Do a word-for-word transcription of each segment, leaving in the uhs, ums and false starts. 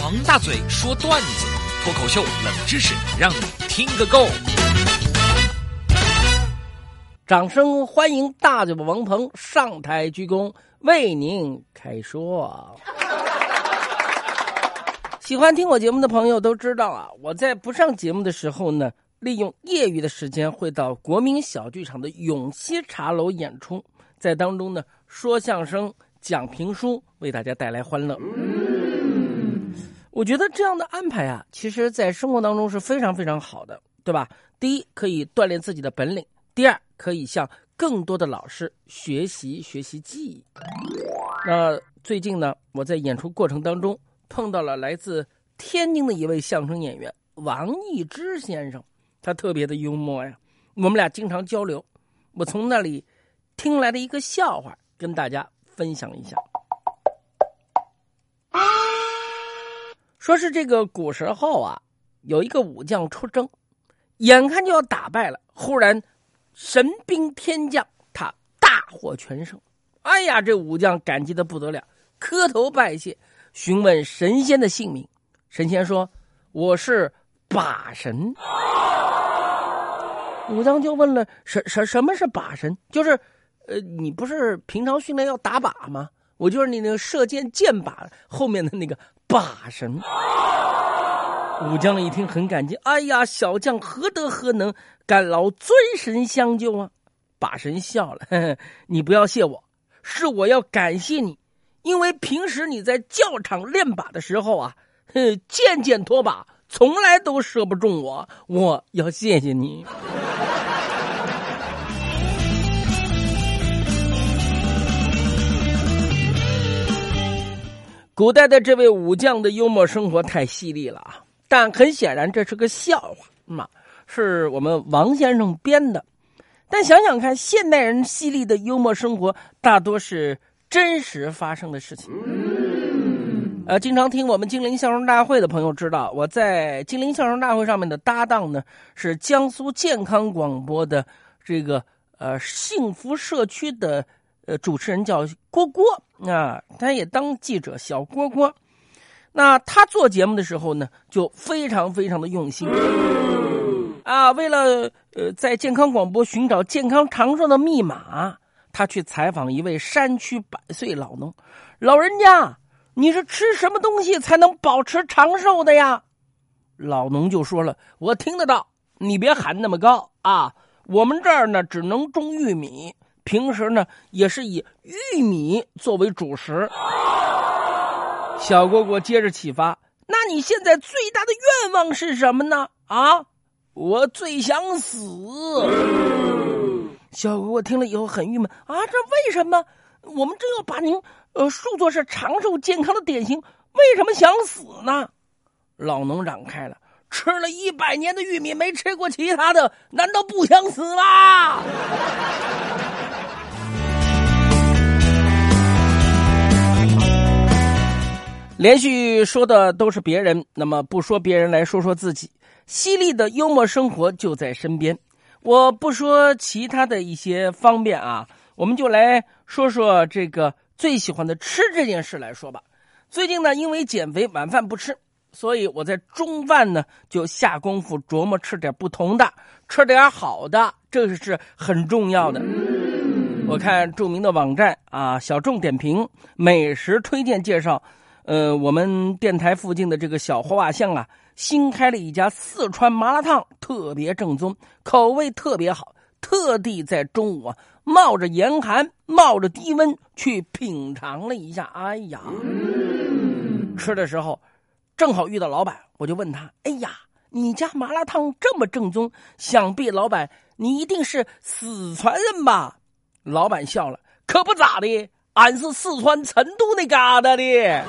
王大嘴说段子，脱口秀冷知识，让你听个够。 掌声欢迎大嘴巴王鹏上台鞠躬，为您开说。喜欢听我节目的朋友都知道啊，我在不上节目的时候呢，利用业余的时间会到国民小剧场的永熙茶楼演出，在当中呢说相声、讲评书，为大家带来欢乐。我觉得这样的安排啊，其实在生活当中是非常非常好的，对吧？第一，可以锻炼自己的本领；第二，可以向更多的老师学习学习技艺。那最近呢，我在演出过程当中碰到了来自天津的一位相声演员王一之先生，他特别的幽默呀，我们俩经常交流。我从那里听来的一个笑话跟大家分享一下。说是这个古时候啊，有一个武将出征，眼看就要打败了，忽然神兵天降，他大获全胜。哎呀，这武将感激的不得了，磕头拜谢，询问神仙的姓名。神仙说：“我是把神。”武将就问了：“什什什么是把神？就是呃，你不是平常训练要打靶吗？我就是你那个射箭箭靶后面的那个把神。”武将一听很感激，哎呀，小将何德何能，感劳尊神相救啊！把神笑了，呵呵，你不要谢我，是我要感谢你，因为平时你在教场练靶的时候啊，箭箭脱靶，从来都射不中我，我要谢谢你。古代的这位武将的幽默生活太犀利了啊！但很显然这是个笑话嘛，是我们王先生编的。但想想看，现代人犀利的幽默生活大多是真实发生的事情。呃，经常听我们金陵相声大会的朋友知道，我在金陵相声大会上面的搭档呢是江苏健康广播的这个呃幸福社区的呃主持人，叫郭郭啊，他也当记者，小郭郭。那他做节目的时候呢，就非常非常的用心啊，为了呃在健康广播寻找健康长寿的密码，他去采访一位山区百岁老农。老人家，你是吃什么东西才能保持长寿的呀？老农就说了：“我听得到，你别喊那么高啊，我们这儿呢只能种玉米，平时呢也是以玉米作为主食。”小蝈蝈接着启发：“那你现在最大的愿望是什么呢？”啊，我最想死。小蝈蝈听了以后很郁闷啊，这为什么？我们正要把您呃树作是长寿健康的典型，为什么想死呢？老农嚷开了：“吃了一百年的玉米，没吃过其他的，难道不想死啦？”连续说的都是别人，那么不说别人，来说说自己。犀利的幽默生活就在身边。我不说其他的一些方面啊，我们就来说说这个最喜欢的吃这件事来说吧。最近呢，因为减肥晚饭不吃，所以我在中饭呢就下功夫琢磨吃点不同的，吃点好的，这是很重要的。我看著名的网站啊，小众点评美食推荐介绍，呃，我们电台附近的这个小火瓦巷啊，新开了一家四川麻辣烫，特别正宗，口味特别好，特地在中午啊，冒着严寒，冒着低温去品尝了一下。哎呀，吃的时候正好遇到老板，我就问他：“哎呀，你家麻辣烫这么正宗，想必老板你一定是四川人吧？”老板笑了：“可不咋的，俺是四川成都那嘎达的。”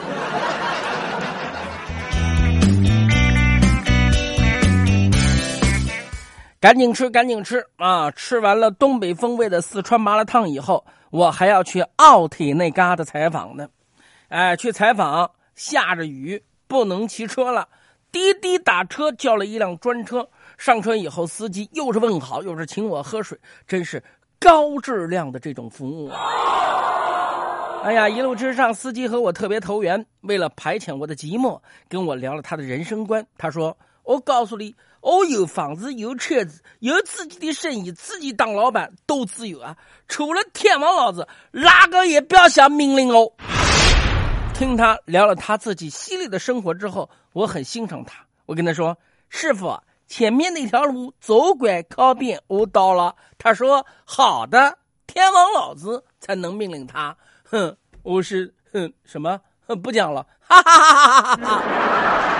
赶紧吃赶紧吃啊！吃完了东北风味的四川麻辣烫以后，我还要去奥体那嘎达采访呢。哎，去采访，下着雨不能骑车了，滴滴打车叫了一辆专车，上车以后司机又是问好又是请我喝水，真是高质量的这种服务啊！ 哎呀，一路之上，司机和我特别投缘，为了排遣我的寂寞，跟我聊了他的人生观。他说：“我告诉你，我有房子，有车子，有自己的生意，自己当老板，都自由啊！除了天王老子，哪个也不要想命令我。”听他聊了他自己犀利的生活之后，我很欣赏他。我跟他说：“师傅，前面那条路左拐靠边，我到了。”他说：“好的。”天王老子才能命令他。哼，我是哼什么？不讲了，哈哈哈哈哈哈。